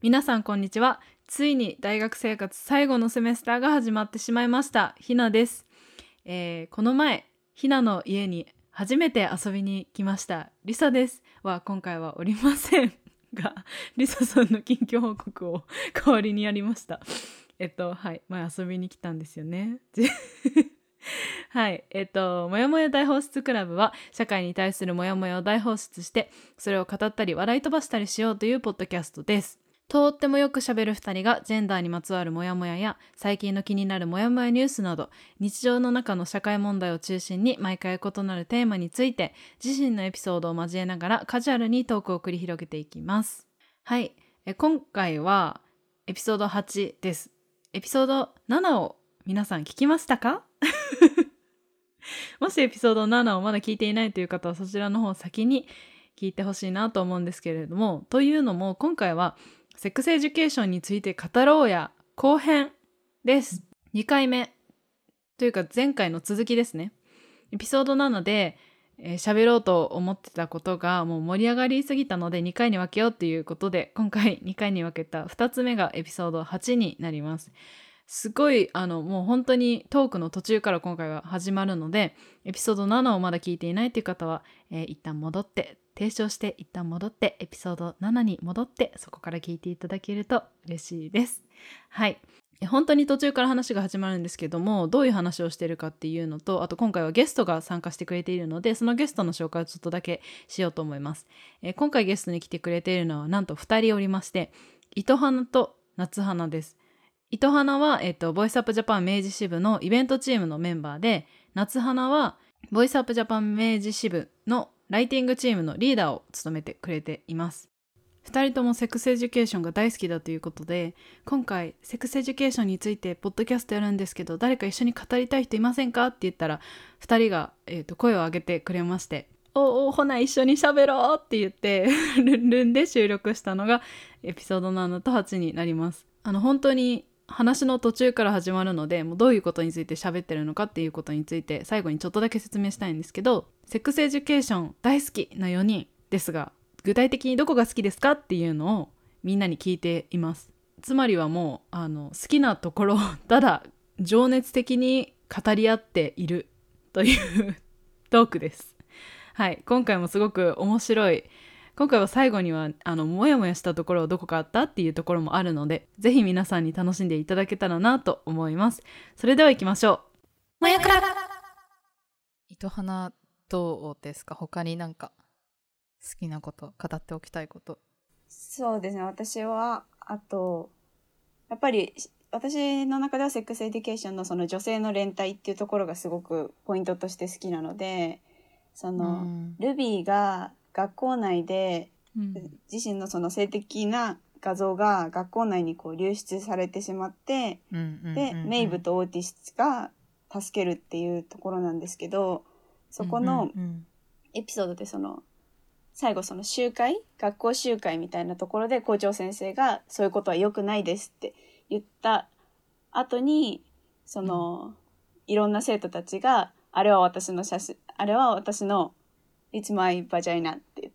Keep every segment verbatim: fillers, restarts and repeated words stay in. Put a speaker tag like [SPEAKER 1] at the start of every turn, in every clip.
[SPEAKER 1] 皆さんこんにちは。ついに大学生活最後のセメスターが始まってしまいました。ひなです、えー、この前ひなの家に初めて遊びに来ましたりさですは今回はおりませんがりささんの近況報告を代わりにやりました。えっとはい前遊びに来たんですよねはい、えっと、もやもや大放出クラブは社会に対するもやもやを大放出してそれを語ったり笑い飛ばしたりしようというポッドキャストです。とってもよく喋るふたりがジェンダーにまつわるモヤモヤや最近の気になるモヤモヤニュースなど日常の中の社会問題を中心に毎回異なるテーマについて自身のエピソードを交えながらカジュアルにトークを繰り広げていきます。はい、え今回はエピソードはちです。エピソードななを皆さん聞きましたかもしエピソードななをまだ聞いていないという方はそちらの方を先に聞いてほしいなと思うんですけれども、というのも今回はセックスエデュケーションについて語ろうや後編です。にかいめというか前回の続きですね。エピソードなのでえー、喋ろうと思ってたことがもう盛り上がりすぎたのでにかいに分けようっていうことで今回にかいに分けたふたつめがエピソードはちになります。すごいあのもう本当にトークの途中から今回は始まるのでエピソードななをまだ聞いていないという方は、えー、一旦戻って停止して一旦戻ってエピソードななに戻ってそこから聞いていただけると嬉しいです。はい、本当に途中から話が始まるんですけどもどういう話をしているかっていうのとあと今回はゲストが参加してくれているのでそのゲストの紹介をちょっとだけしようと思います。えー、今回ゲストに来てくれているのはなんとふたりおりまして糸花と夏花です。糸花は、えっと、ボイスアップジャパン明治支部のイベントチームのメンバーで夏花はボイスアップジャパン明治支部のライティングチームのリーダーを務めてくれています。ふたりともセックスエデュケーションが大好きだということで今回セックスエデュケーションについてポッドキャストやるんですけど誰か一緒に語りたい人いませんかって言ったらふたりが、えーと、声を上げてくれましておおほな一緒に喋ろうって言ってルンルンで収録したのがエピソードななとはちになります。あの本当に話の途中から始まるのでもうどういうことについて喋ってるのかっていうことについて最後にちょっとだけ説明したいんですけどセックスエデュケーション大好きなよにんですが具体的にどこが好きですかっていうのをみんなに聞いています。つまりはもうあの好きなところをただ情熱的に語り合っているというトークです。はい、今回もすごく面白い今回は最後にはあのモヤモヤしたところどこかあったっていうところもあるのでぜひ皆さんに楽しんでいただけたらなと思います。それでは行きましょう。もやくら
[SPEAKER 2] 糸花どうですか？他になんか好きなこと語っておきたいこと。
[SPEAKER 3] そうですね、私はあとやっぱり私の中ではセックスエデュケーションのその女性の連帯っていうところがすごくポイントとして好きなのでその、うん、ルビーが学校内で、うん、自身のその性的な画像が学校内にこう流出されてしまって、うんうんうんうん、でメイブとオーティスが助けるっていうところなんですけどそこのエピソードでその最後その集会学校集会みたいなところで校長先生がそういうことは良くないですって言った後にその、うん、いろんな生徒たちがあれは私の写真あれは私の It's my vagina って言って、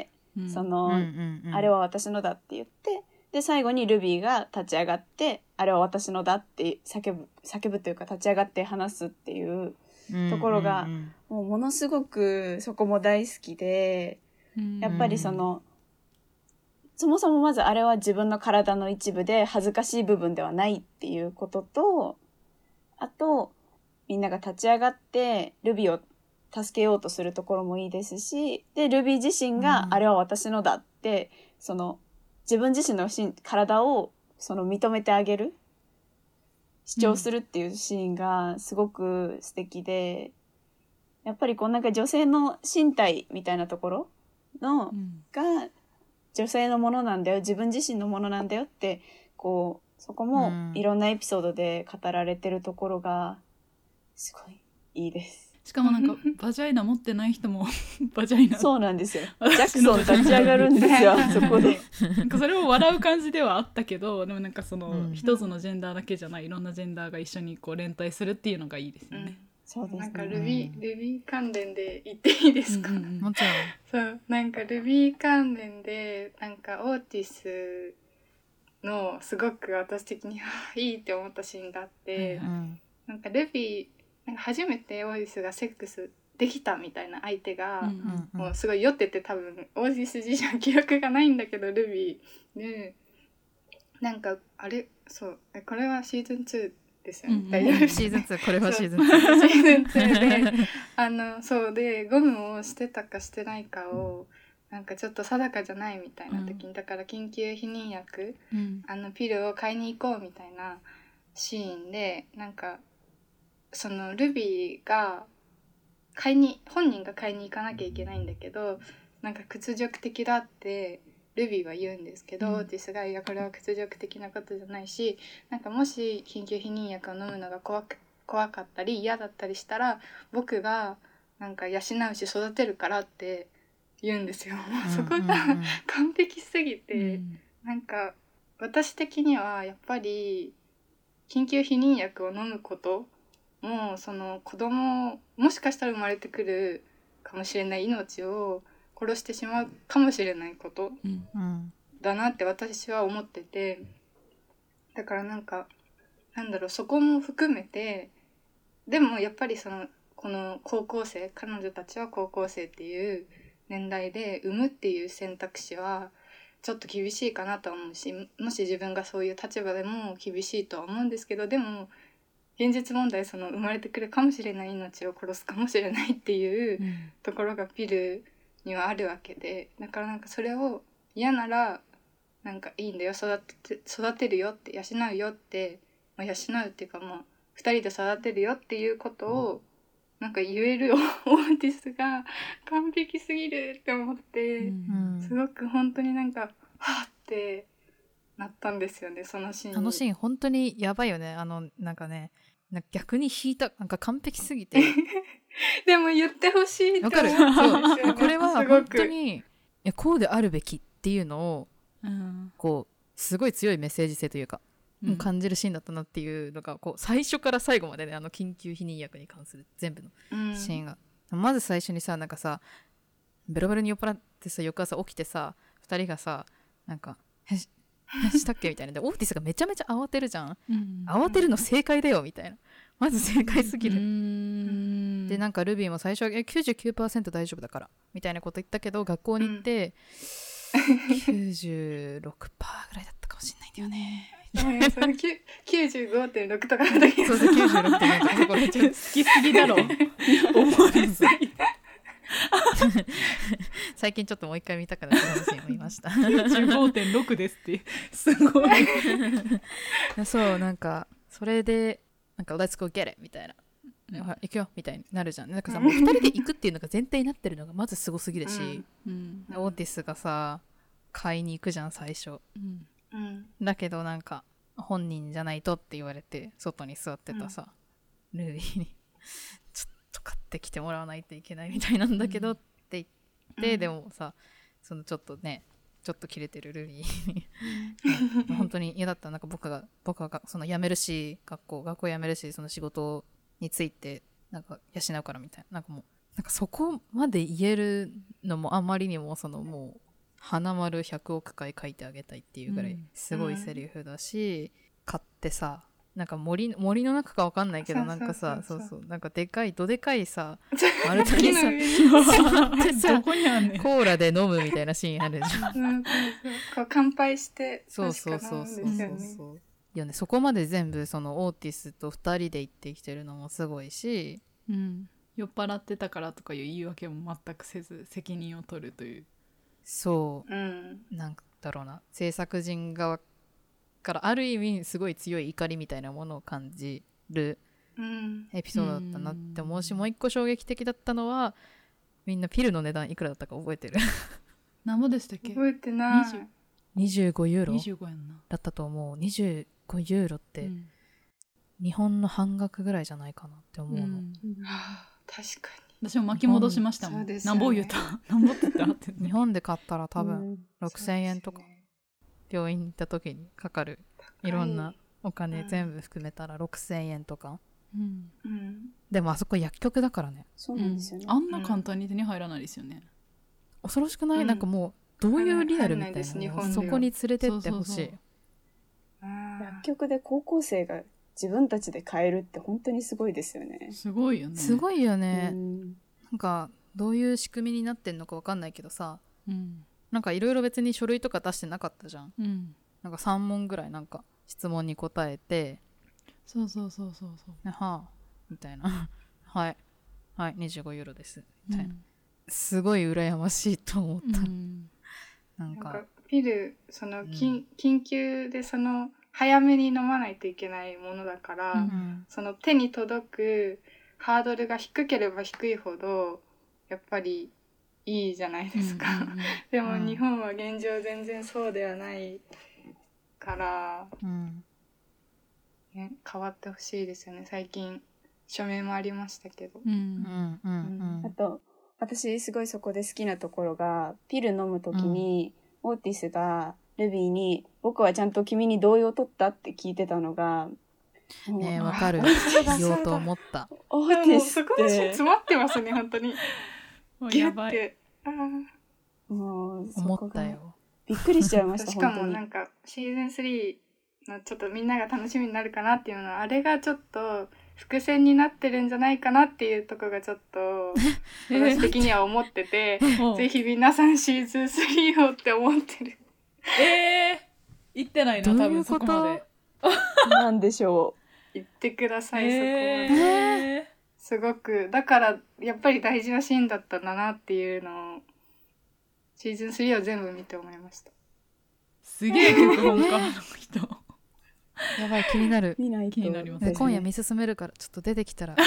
[SPEAKER 3] うん、その、うんうんうん、あれは私のだって言ってで最後にルビーが立ち上がってあれは私のだって叫ぶ叫ぶというか立ち上がって話すっていうところが、うんうんうん、もうものすごくそこも大好きでやっぱりそのそもそもまずあれは自分の体の一部で恥ずかしい部分ではないっていうこととあとみんなが立ち上がってルビーを助けようとするところもいいですしでルビー自身があれは私のだって、うん、その自分自身の体をその認めてあげる主張するっていうシーンがすごく素敵で、うん、やっぱりこうなんか女性の身体みたいなところの、うん、が女性のものなんだよ自分自身のものなんだよってこうそこもいろんなエピソードで語られてるところがすごいいいです。
[SPEAKER 1] しかもなんかバジャイナ持ってない人もバジャイナ
[SPEAKER 3] そうなんですよジャクソン立ち上がるんですよそこで
[SPEAKER 1] なんかそれも笑う感じではあったけどでもなんかその、うん、一つのジェンダーだけじゃないいろんなジェンダーが一緒にこう連帯するっていうのがいいですよね、うん
[SPEAKER 4] そうですね、なんかルビー、うん、ルビー関連で言っていいですか？
[SPEAKER 2] うんうん、もちろん。
[SPEAKER 4] そう、なんかルビー関連でなんかオーティスのすごく私的にいいって思ったシーンがあって、
[SPEAKER 2] うん、
[SPEAKER 4] なんかルビーなんか初めてオーディスがセックスできたみたいな相手が、
[SPEAKER 1] うん
[SPEAKER 2] うんうん、
[SPEAKER 4] もうすごい酔ってて多分オーディス自身は記憶がないんだけどルビーでなんかあれそうこれはシーズンツーですよね、
[SPEAKER 1] うんうん、
[SPEAKER 4] 大丈夫です、ね、
[SPEAKER 2] シーズンツーこれはシーズンツー
[SPEAKER 4] シーズンツーであのそうでゴムをしてたかしてないかをなんかちょっと定かじゃないみたいな時に、うん、だから緊急避妊薬、うん、あのピルを買いに行こうみたいなシーンでなんかそのルビーが買いに本人が買いに行かなきゃいけないんだけどなんか屈辱的だってルビーは言うんですけど、うん、オーティスがいやこれは屈辱的なことじゃないしなんかもし緊急避妊薬を飲むのが怖く怖かったり嫌だったりしたら僕がなんか養うし育てるからって言うんですよ。もうそこが、うんうんうん、完璧すぎて、うん、なんか私的にはやっぱり緊急避妊薬を飲むこともうその子供もしかしたら生まれてくるかもしれない命を殺してしまうかもしれないことだなって私は思ってて、だからなんかなんだろうそこも含めてでもやっぱりそのこの高校生彼女たちは高校生っていう年代で産むっていう選択肢はちょっと厳しいかなと思うしもし自分がそういう立場でも厳しいとは思うんですけどでも現実問題その生まれてくるかもしれない命を殺すかもしれないっていうところがピルにはあるわけでだからなんかそれを嫌ならなんかいいんだよ育てて育てるよって養うよって、まあ、養うっていうかまあふたりで育てるよっていうことをなんか言えるオーティスが完璧すぎるって思って、うん、すごく本当になんかはぁってなったんですよねそのシーンに。
[SPEAKER 2] あのシーン本当にやばいよね。あのなんかねなんか逆に引いたなんか完璧すぎて
[SPEAKER 4] でも言ってほしいと思うんですよね。
[SPEAKER 2] これは本当にいやこうであるべきっていうのを、うん、こうすごい強いメッセージ性というか、うん、感じるシーンだったなっていうのがこう最初から最後までねあの緊急避妊薬に関する全部のシーンが、うん、まず最初にさなんかさベロベロに酔っ払ってさ翌朝起きてさふたりがさなんかへししたっけみたいなでオーティスがめちゃめちゃ慌てるじゃん、うん、慌てるの正解だよみたいなまず正解すぎる、うん、でなんかルビーも最初は きゅうじゅうきゅうパーセント 大丈夫だからみたいなこと言ったけど学校に行って、うん、きゅうじゅうろくパーセント ぐらいだったかもしれないんだよね
[SPEAKER 4] きゅうじゅうごてんろく とかの時
[SPEAKER 2] そうそう きゅうじゅうろくてんろく とかこれちょっと好きすぎだろ思われず最近ちょっともう一回見たくなった話にも言いました きゅうじゅうごてんろく ですってすごいそうなんかそれでなんか Let's go get it みたいな、うん、行くよみたいになるじゃんなんかさもうふたりで行くっていうのが前提になってるのがまずすごすぎるし、うんうん、オーティスがさ買いに行くじゃん最初、うん、だけどなんか本人じゃないとって言われて外に座ってたさ、うん、ルビーにちょっと買ってきてもらわないといけないみたいなんだけど、うん、って言って、うん、でもさそのちょっとねちょっとキレてるルビーに本当に嫌だったなんか僕が僕がその辞めるし学校学校辞めるしその仕事についてなんか養うからみたいななんかもうなんかそこまで言えるのもあまりにもそのもう花丸ひゃくおくかい書いてあげたいっていうぐらいすごいセリフだし、うん、買ってさなんか 森, 森の中か分かんないけどなんかさそうそうなんかでかいどでかいさ丸太にさ座ってさコーラで飲むみたいなシーンあるじゃん、うん、
[SPEAKER 4] こう乾杯して
[SPEAKER 2] そうそうそうそうそうそういやねそこまで全部そのオーティスとふたりで行ってきてるのもすごいし、
[SPEAKER 1] うん、酔っ払ってたからとかいう言い訳も全くせず責任を取るという
[SPEAKER 2] そう、うん、なんだろうな制作陣側からある意味すごい強い怒りみたいなものを感じるエピソードだったなって思うし、うん、もう一個衝撃的だったのはみんなピルの値段いくらだったか覚えてる
[SPEAKER 1] 何ぼでしたっけ
[SPEAKER 4] 覚えてない
[SPEAKER 2] にじゅうごユーロ
[SPEAKER 1] にじゅうごやんな
[SPEAKER 2] だったと思うにじゅうごユーロって、うん、日本の半額ぐらいじゃないかなって思うの、うん、
[SPEAKER 4] はあ、確かに
[SPEAKER 1] 私も巻き戻しましたもん、ね、何ぼ言うた何ぼって言ったって
[SPEAKER 2] 日本で買ったら多分ろくせんえんとか、ね、病院に行った時にかかるいろんなお金全部含めたらろくせんえんとか、うんうん、でもあそこ薬局だからね
[SPEAKER 3] そうなんですよね、
[SPEAKER 1] うん、あんな簡単に手に入らないですよね、
[SPEAKER 2] 恐ろしくない、うん、なんかもうどういうリアルみたいな、そこに連れてってほしい。
[SPEAKER 3] 薬局で高校生が自分たちで買えるって本当にすごいですよね。
[SPEAKER 1] すごいよね。
[SPEAKER 2] すごいよね、
[SPEAKER 3] うん、
[SPEAKER 2] なんかどういう仕組みになってんのか分かんないけどさ、
[SPEAKER 1] うん、なん
[SPEAKER 2] かいろいろ別に書類とか出してなかったじゃん、
[SPEAKER 1] うん、
[SPEAKER 2] なんかさん問ぐらいなんか質問に答えて、
[SPEAKER 1] そうそうそうそうそう、
[SPEAKER 2] はあみたいなはいはいにじゅうごユーロですみたいな、うん、すごい羨ましいと思った、うん、
[SPEAKER 4] なんかピルその、うん、緊急でその早めに飲まないといけないものだから、うん、その手に届くハードルが低ければ低いほどやっぱりいいじゃないですか、うんうんうん、でも日本は現状全然そうではないから、うんね、変わってほしいですよね。最近署名もありましたけど、うんうん
[SPEAKER 3] うんうん、あと私すごいそこで好きなところがピル飲むときに、うん、オーティスがルビーに僕はちゃんと君に同意を取ったって聞いてたのが
[SPEAKER 2] ねえわかる言おうと思った。
[SPEAKER 3] オーティスって
[SPEAKER 4] そこのシーン詰まってますね本当に
[SPEAKER 1] もうやばい。
[SPEAKER 3] あもうそ
[SPEAKER 2] 思
[SPEAKER 3] こが
[SPEAKER 2] ったよ
[SPEAKER 3] びっくりしちゃいました
[SPEAKER 4] しかもなんかシーズンスリーのちょっとみんなが楽しみになるかなっていうのはあれがちょっと伏線になってるんじゃないかなっていうところがちょっと私的には思っててぜひ皆さんシーズンスリーをって思ってる
[SPEAKER 1] えー、言ってないの多分そこまで
[SPEAKER 3] なんでしょう
[SPEAKER 4] 言ってください、
[SPEAKER 1] えー、
[SPEAKER 4] そこまで、すごくだからやっぱり大事なシーンだったんだなっていうのをシーズンスリーは全部見て思いました。
[SPEAKER 1] すげえ脚本家の人
[SPEAKER 2] やばい気になる
[SPEAKER 3] 見ないと
[SPEAKER 1] 気になります、ね、
[SPEAKER 2] 今夜見進めるからちょっと出てきたら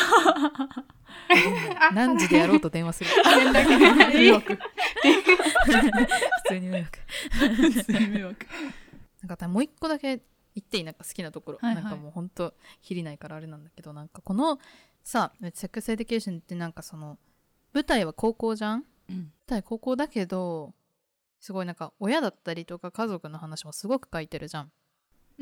[SPEAKER 2] 何時でやろうと電話する
[SPEAKER 1] 迷惑
[SPEAKER 2] 普通に迷惑
[SPEAKER 1] 普通に迷惑
[SPEAKER 2] なんかもう一個だけ言っていいなんか好きなところ、
[SPEAKER 1] はいはい、
[SPEAKER 2] なんかもうほんときりないからあれなんだけどなんかこのさセックスエデュケーションってなんかその舞台は高校じゃん、うん、舞台高校だけどすごいなんか親だったりとか家族の話もすごく書いてるじゃん。
[SPEAKER 1] うん、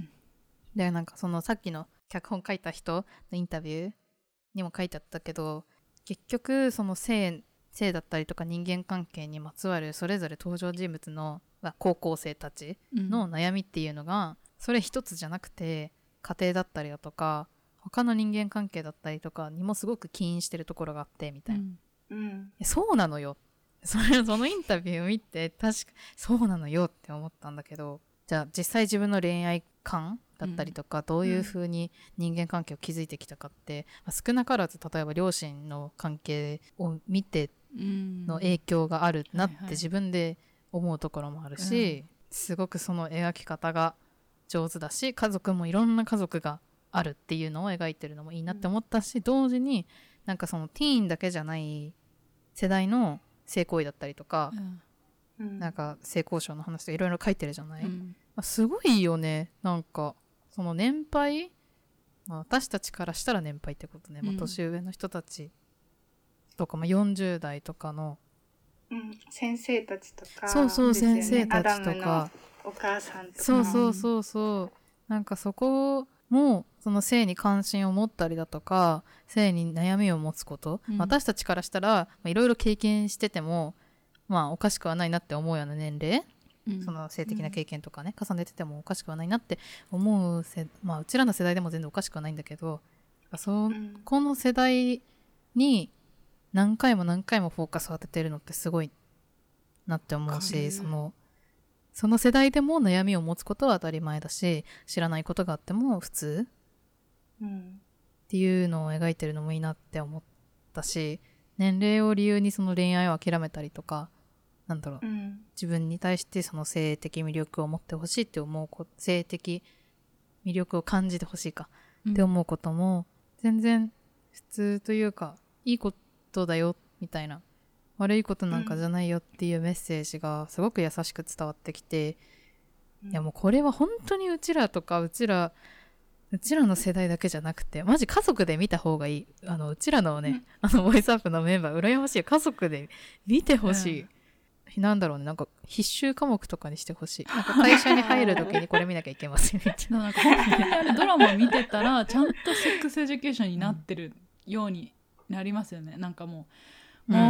[SPEAKER 2] でなんかそのさっきの脚本書いた人のインタビューにも書いてあったけど結局その性、性だったりとか人間関係にまつわるそれぞれ登場人物の高校生たちの悩みっていうのが、うん、それ一つじゃなくて家庭だったりだとか他の人間関係だったりとかにもすごく起因してるところがあってみたいな、
[SPEAKER 4] うんうん、
[SPEAKER 2] そうなのよそれそのインタビューを見て確かそうなのよって思ったんだけどじゃあ実際自分の恋愛観だったりとか、うん、どういう風に人間関係を築いてきたかって、うん、少なからず例えば両親の関係を見ての影響があるなって自分で思うところもあるし、はいはい、すごくその描き方が上手だし家族もいろんな家族があるっていうのを描いてるのもいいなって思ったし、うん、同時になんかそのティーンだけじゃない世代の性行為だったりとか、うん、なんか性交渉の話とかいろいろ書いてるじゃない、うんまあ、すごいよねなんかその年配、まあ、私たちからしたら年配ってことね、まあ、年上の人たちとか、まあ、よんじゅう代とかの、
[SPEAKER 4] うん、先生たちとか、
[SPEAKER 2] そうそう、ね、先生たちとか
[SPEAKER 4] お母さんとか
[SPEAKER 2] そうそうそうそうなんかそこもその性に関心を持ったりだとか性に悩みを持つこと、うん、私たちからしたらいろいろ経験しててもまあおかしくはないなって思うような年齢、うん、その性的な経験とかね、うん、重ねててもおかしくはないなって思うせ、まあ、うちらの世代でも全然おかしくはないんだけどそ、うん、この世代に何回も何回もフォーカスを当ててるのってすごいなって思うしそのその世代でも悩みを持つことは当たり前だし知らないことがあっても普通、うん、っていうのを描いてるのもいいなって思ったし年齢を理由にその恋愛を諦めたりとかなんだろう、うん、自分に対してその性的魅力を持ってほしいって思うこ性的魅力を感じてほしいかって思うことも全然普通というかいいことだよみたいな悪いことなんかじゃないよっていうメッセージがすごく優しく伝わってきて、うん、いやもうこれは本当にうちらとかうちらうちらの世代だけじゃなくてマジ家族で見た方がいいあのうちらのね、うん、あのボイスアップのメンバー羨ましい家族で見てほしい、うん、なんだろうねなんか必修科目とかにしてほしいなんか会社に入る時にこれ見なきゃいけませんみたいな
[SPEAKER 1] なんか本当にあれドラマ見てたらちゃんとセックスエデュケーションになってるようになりますよねなんかもう、うん、もう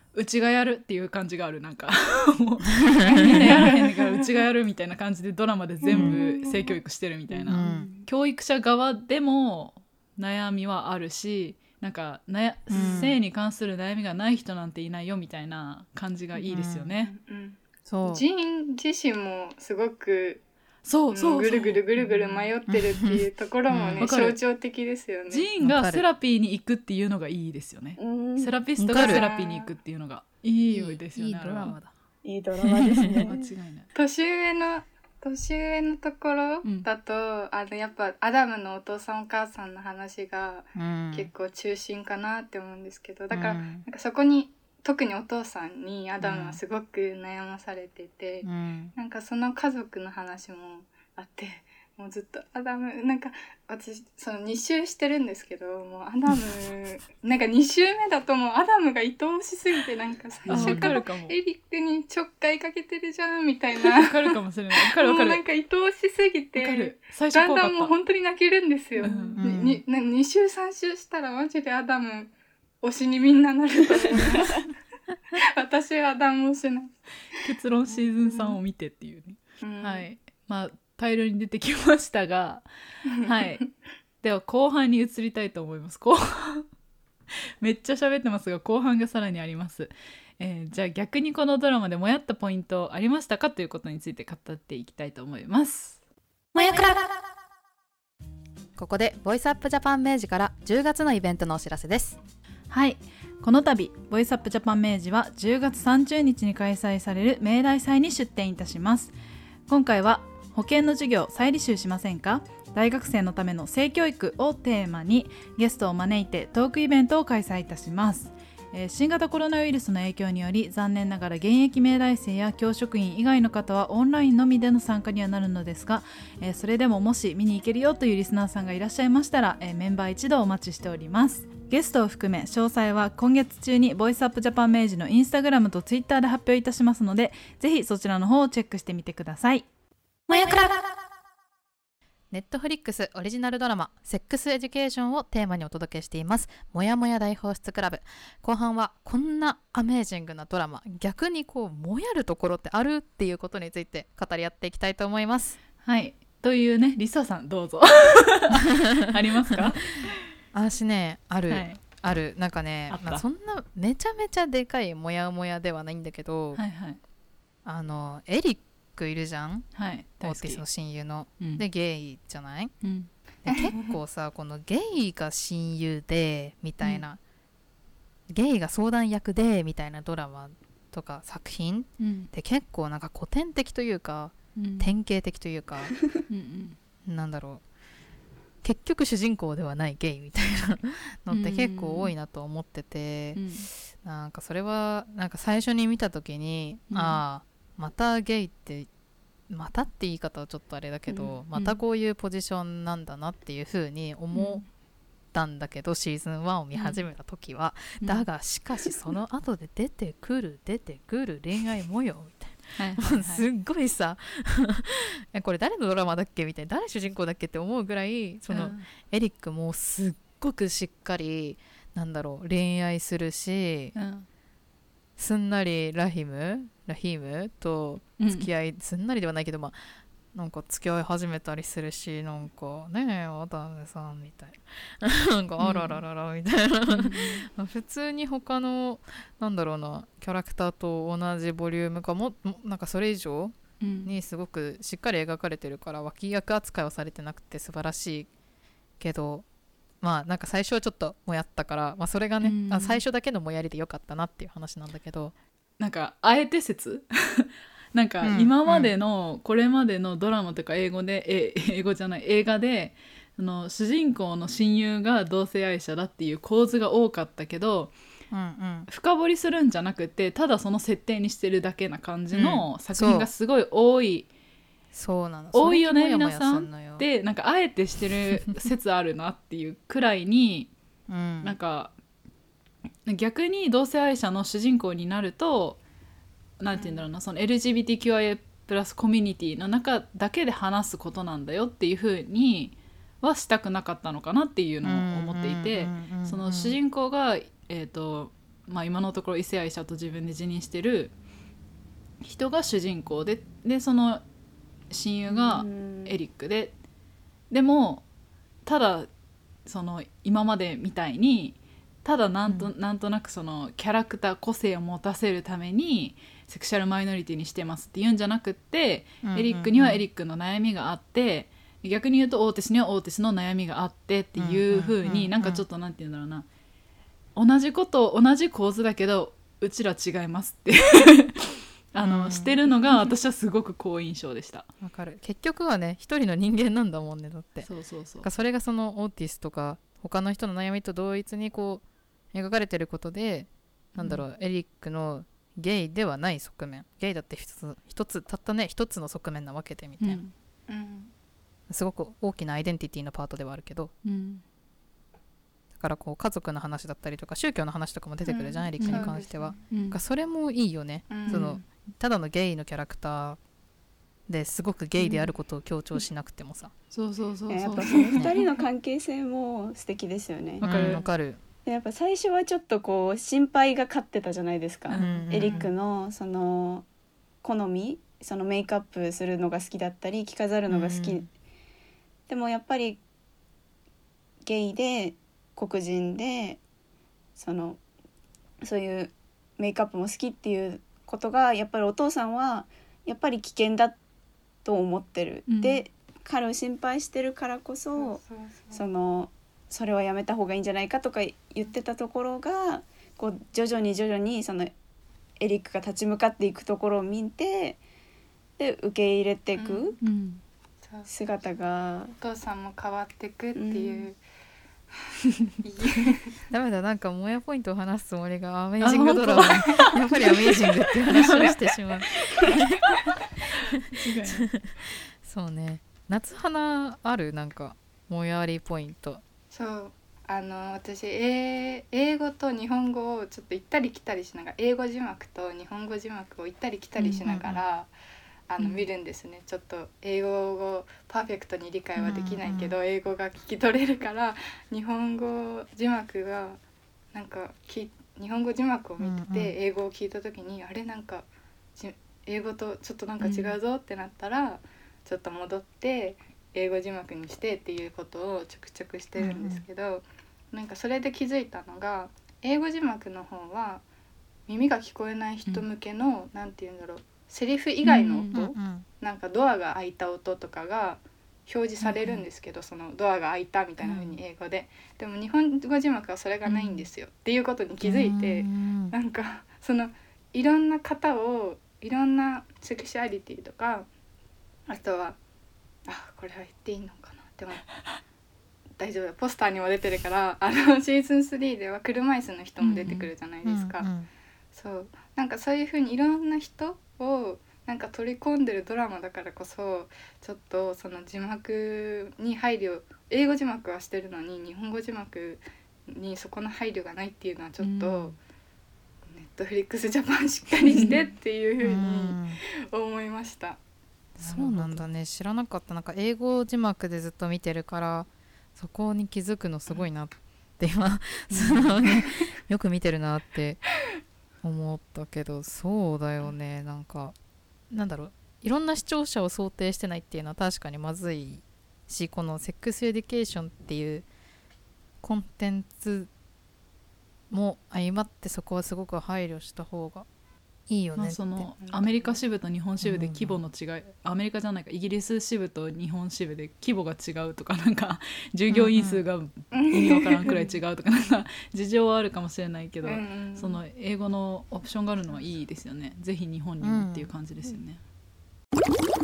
[SPEAKER 1] うちがやるっていう感じがある。なんかもうみんなやらへんねんからうちがやるみたいな感じでドラマで全部性教育してるみたいな、うん、教育者側でも悩みはあるし、なんかなや、うん、性に関する悩みがない人なんていないよみたいな感じがいいですよね、
[SPEAKER 4] うんうん、そうジーン自身もすごく
[SPEAKER 1] そうそうそう、
[SPEAKER 4] ぐるぐるぐるぐる迷ってるっていうところもね、うん、象徴的ですよね。
[SPEAKER 1] ジーンがセラピーに行くっていうのがいいですよね。セラピストがセラピーに行くっていうのがいいですよね。いいドラマだ。
[SPEAKER 3] いいドラマですね。間違いない。
[SPEAKER 4] 年上の年上のところだと、うん、あのやっぱアダムのお父さんお母さんの話が結構中心かなって思うんですけど、だからなんかそこに特にお父さんにアダムはすごく悩まされてて、うん、なんかその家族の話もあって、もうずっとアダムなんか私そのに周してるんですけど、もうアダムなんかに周目だともうアダムが愛おしすぎて、なんか最初からエリックにちょっかいかけてるじゃんみたいな、
[SPEAKER 1] わかるかもしれない。わかるわかる。
[SPEAKER 4] もうなんか愛おしすぎて最初だんだんもう本当に泣けるんですよ、うん、ににに周さん周したらマジでアダム推しにみんななると思います私はアダム推しない。
[SPEAKER 1] 結論シーズンさんを見てっていうね、うん、はい、まあ大量に出てきましたがはいでは後半に移りたいと思います。後半めっちゃ喋ってますが後半がさらにあります、えー、じゃあ逆にこのドラマでもやったポイントありましたかということについて語っていきたいと思います。もやくら。
[SPEAKER 2] ここでボイスアップジャパン明治からじゅうがつのイベントのお知らせです。
[SPEAKER 1] はい、この度ボイスアップジャパン明治はじゅうがつさんじゅうにちに開催される明大祭に出展いたします。今回は保険の授業再履修しませんか、大学生のための性教育をテーマにゲストを招いてトークイベントを開催いたします。えー、新型コロナウイルスの影響により残念ながら現役明大生や教職員以外の方はオンラインのみでの参加にはなるのですが、えー、それでももし見に行けるよというリスナーさんがいらっしゃいましたら、えー、メンバー一同お待ちしております。ゲストを含め詳細は今月中にボイスアップジャパン明治のインスタグラムとツイッターで発表いたしますので、ぜひそちらの方をチェックしてみてください。もやくら。
[SPEAKER 2] ネットフリックスオリジナルドラマセックスエデュケーションをテーマにお届けしていますもやもや大放出クラブ。後半はこんなアメージングなドラマ、逆にこうもやるところってあるっていうことについて語り合っていきたいと思います。
[SPEAKER 1] はい、というね、リサさんどうぞありますか？
[SPEAKER 2] 私ね、ある、はい、あるなんかね、まあ、そんなめちゃめちゃでかいもやもやではないんだけど、はいはい、あのエリックいるじゃん、はい、オーティスの親友の、うん、でゲイじゃない、うん、で結構さこのゲイが親友でみたいな、うん、ゲイが相談役でみたいなドラマとか作品、うん、で結構なんか古典的というか、うん、典型的というかうんうんなんだろう、結局主人公ではないゲイみたいなのって結構多いなと思ってて、うん、なんかそれはなんか最初に見た時に、うん、ああまたゲイってまたって言い方はちょっとあれだけど、うん、またこういうポジションなんだなっていう風に思ったんだけど、うん、シーズンワンを見始めた時は、うん、だがしかしその後で出てくる出てくる恋愛模様みたいな、はいはいはい、すっごいさこれ誰のドラマだっけみたいな、誰主人公だっけって思うぐらいその、うん、エリックもすっごくしっかりなんだろう恋愛するし、うん、すんなりラヒムラヒムと付き合い、うん、すんなりではないけど、まあなんか付き合い始めたりするし、なんかねえ渡辺さんみたいななんかあららららみたいな、うん、普通に他のなんだろうなキャラクターと同じボリュームかもなんかそれ以上にすごくしっかり描かれてるから、脇役扱いはされてなくて素晴らしいけど、まあなんか最初はちょっともやったから、まあ、それがね、うん、あ最初だけのもやりでよかったなっていう話なんだけど、
[SPEAKER 1] なんかあえて説なんか今までの、うん、これまでのドラマとか英語でえ英語じゃない映画であの主人公の親友が同性愛者だっていう構図が多かったけど、うんうん、深掘りするんじゃなくてただその設定にしてるだけな感じの作品がすごい多い、うん、
[SPEAKER 2] そうなの
[SPEAKER 1] 多いよね皆さんで、なんかあえてしてる説あるなっていうくらいに、うん、なんか逆に同性愛者の主人公になるとなんて言うんだろうな、その エルジービーティーキューアイエー プラスコミュニティの中だけで話すことなんだよっていう風にはしたくなかったのかなっていうのを思っていて、その主人公が、えーとまあ、今のところ異性愛者と自分で自認してる人が主人公で、でその親友がエリックで、でもただその今までみたいにただなんと、うん、なんとなくそのキャラクター個性を持たせるためにセクシャルマイノリティにしてますって言うんじゃなくって、うんうんうん、エリックにはエリックの悩みがあって、逆に言うとオーティスにはオーティスの悩みがあってっていう風に、うんうんうんうん、なんかちょっとなんて言うんだろうな、同じこと同じ構図だけどうちら違いますってあの、うん、してるのが私はすごく好印象でした。
[SPEAKER 2] わかる。結局はね一人の人間なんだもんね。だって
[SPEAKER 1] そうそうそう。
[SPEAKER 2] それがそのオーティスとか他の人の悩みと同一にこう描かれてることで、なんだろう、うん、エリックのゲイではない側面、ゲイだって一つ一つたったね一つの側面なわけでみたいな、うんうん、すごく大きなアイデンティティのパートではあるけど、うん、だからこう家族の話だったりとか宗教の話とかも出てくるじゃん、うん、エリックに関しては、うん、それもいいよね、うん、そのただのゲイのキャラクターですごくゲイであることを強調しなくてもさ、うん、
[SPEAKER 1] そうそうそうそう、
[SPEAKER 3] やっぱそのふたりの関係性も素敵ですよね。
[SPEAKER 2] わかるわかる。
[SPEAKER 3] やっぱ最初はちょっとこう心配が勝ってたじゃないですか、うんうんうん、エリックのその好み、そのメイクアップするのが好きだったり着飾るのが好き、うん、でもやっぱりゲイで黒人でそのそういうメイクアップも好きっていうことがやっぱりお父さんはやっぱり危険だと思ってる、うん、で彼を心配してるからこそ、そうそうそう、そのそれはやめた方がいいんじゃないかとか言ってたところがこう徐々に徐々にそのエリックが立ち向かっていくところを見て、で受け入れていく姿が、
[SPEAKER 4] お父さんも変わっていくっていう、うん
[SPEAKER 2] ダメだ、なんかモヤポイントを話すつもりがアメージングドラマやっぱりアメージングっていう話をしてしまうそうね、夏花あるなんかもやりポイント。
[SPEAKER 4] そうあの私英語と日本語をちょっと行ったり来たりしながら、英語字幕と日本語字幕を行ったり来たりしながら、うんうんうん、あの見るんですね。ちょっと英語をパーフェクトに理解はできないけど、うんうん、英語が聞き取れるから日本語字幕がなんかき日本語字幕を見てて英語を聞いた時に、うんうん、あれなんか英語とちょっとなんか違うぞってなったら、うん、ちょっと戻って英語字幕にしてっていうことをちょくちょくしてるんですけど、うんうん、なんかそれで気づいたのが、英語字幕の方は耳が聞こえない人向けの、うん、なんて言うんだろう、セリフ以外の音、うんうん、なんかドアが開いた音とかが表示されるんですけど、うん、そのドアが開いたみたいな風に英語で、でも日本語字幕はそれがないんですよ、うん、っていうことに気づいて、うん、なんかそのいろんな方をいろんなセクシュアリティとか、あとはあこれは言っていいのかな、でも大丈夫だ、ポスターにも出てるから、あのシーズンスリーでは車椅子の人も出てくるじゃないですか、うんうん、そうなんかそういう風にいろんな人をなんか取り込んでるドラマだからこそ、ちょっとその字幕に配慮、英語字幕はしてるのに日本語字幕にそこの配慮がないっていうのはちょっと、うん、ネットフリックスジャパンしっかりしてっていう風に思いました、
[SPEAKER 2] うん、そうなんだね、知らなかった。なんか英語字幕でずっと見てるからそこに気づくのすごいなって今、うん、よく見てるなって思ったけど、そうだよね、なんかなんだろう、いろんな視聴者を想定してないっていうのは確かにまずいし、このセックスエデュケーションっていうコンテンツも相まってそこはすごく配慮した方がいいよねって、まあ、
[SPEAKER 1] そのアメリカ支部と日本支部で規模の違い、うんうん、アメリカじゃないかイギリス支部と日本支部で規模が違うとか、なんか従業員数が意味わからんくらい違うとか、なんか事情はあるかもしれないけど、うんうん、その英語のオプションがあるのはいいですよね。ぜひ日本にもっていう感じですよね、うん、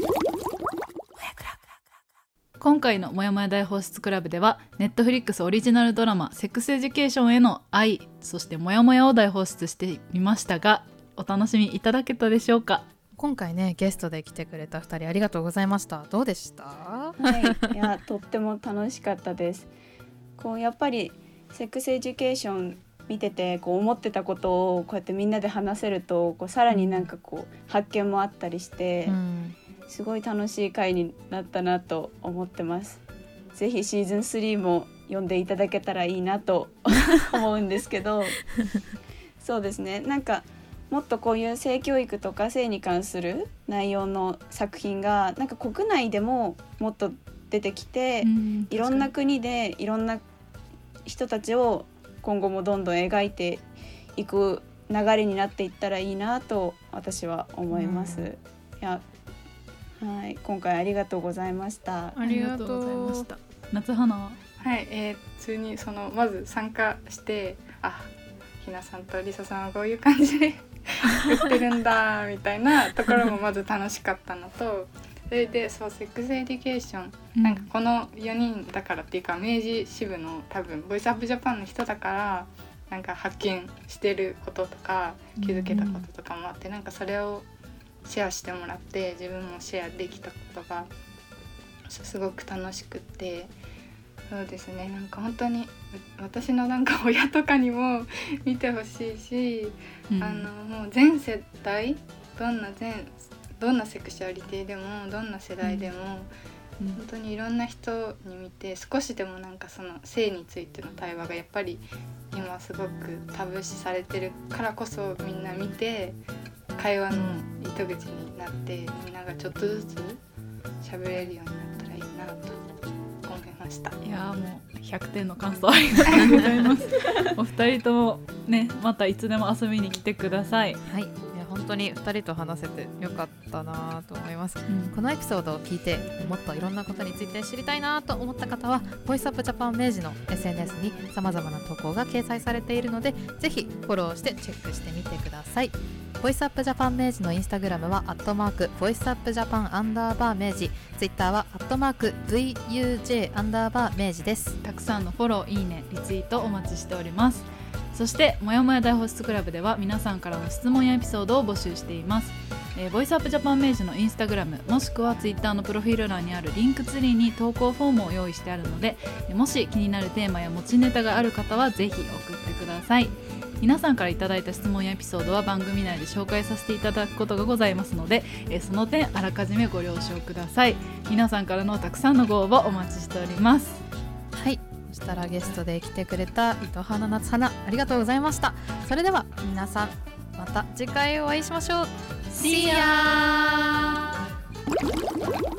[SPEAKER 1] 今回のもやもや大放出クラブではネットフリックスオリジナルドラマセックスエデュケーションへの愛、そしてもやもやを大放出してみましたが、お楽しみいただけたでしょうか。
[SPEAKER 2] 今回ねゲストで来てくれたふたりありがとうございました。どうでした？
[SPEAKER 3] はい、いやとっても楽しかったです。こうやっぱりセックスエデュケーション見ててこう思ってたことをこうやってみんなで話せるとこうさらになんかこう発見もあったりして、うん、すごい楽しい回になったなと思ってます。ぜひシーズンスリーも読んでいただけたらいいなと思うんですけどそうですね、なんかもっとこういう性教育とか性に関する内容の作品がなんか国内でももっと出てきて、うん、いろんな国でいろんな人たちを今後もどんどん描いていく流れになっていったらいいなと私は思います、うん、いや、はい、今回ありがとうございました。
[SPEAKER 1] ありがとうございました。夏花は、
[SPEAKER 4] はい、えー、普通にそのまず参加して、あ、ひなさんとりささんはこういう感じで言ってるんだみたいなところもまず楽しかったのとそれでそうセックスエデュケーション、うん、なんかこのよにんだからっていうか明治支部の多分ボイスアップジャパンの人だからなんか発見してることとか気づけたこととかもあって、うん、なんかそれをシェアしてもらって自分もシェアできたことがすごく楽しくって、そうですね、なんか本当に私のなんか親とかにも見てほしいし、うん、あのもう全世代どんな全どんなセクシュアリティでもどんな世代でも、うん、本当にいろんな人に見て少しでもなんかその性についての対話がやっぱり今すごくタブー視されてるからこそみんな見て会話の糸口になってみんながちょっとずつ喋れるようになったらいいなと思いました。
[SPEAKER 1] いやもうひゃくてんの感想ありがとうございますお二人ともねまたいつでも遊びに来てください。
[SPEAKER 2] はい、本当にふたりと話せてよかったなと思います、うん、このエピソードを聞いてもっといろんなことについて知りたいなと思った方はボイスアップジャパン明治の エスエヌエス に様々な投稿が掲載されているのでぜひフォローしてチェックしてみてください。ボイスアップジャパン明治のインスタグラムはアットマークボイスアップジャパンアンダーバー明治、ツイッターはアットマーク ブイユージェー アンダーバー明治です。
[SPEAKER 1] たくさんのフォロー、いいね、リツイートお待ちしております。そしてもやもや大放出クラブでは皆さんからの質問やエピソードを募集しています、えー、ボイスアップジャパン明治のインスタグラムもしくはツイッターのプロフィール欄にあるリンクツリーに投稿フォームを用意してあるので、もし気になるテーマや持ちネタがある方はぜひ送ってください。皆さんからいただいた質問やエピソードは番組内で紹介させていただくことがございますので、えー、その点あらかじめご了承ください。皆さんからのたくさんのご応募お待ちしております。
[SPEAKER 2] はい、そしたらゲストで来てくれた糸花夏花ありがとうございました。それでは皆さんまた次回お会いしましょう。 See ya!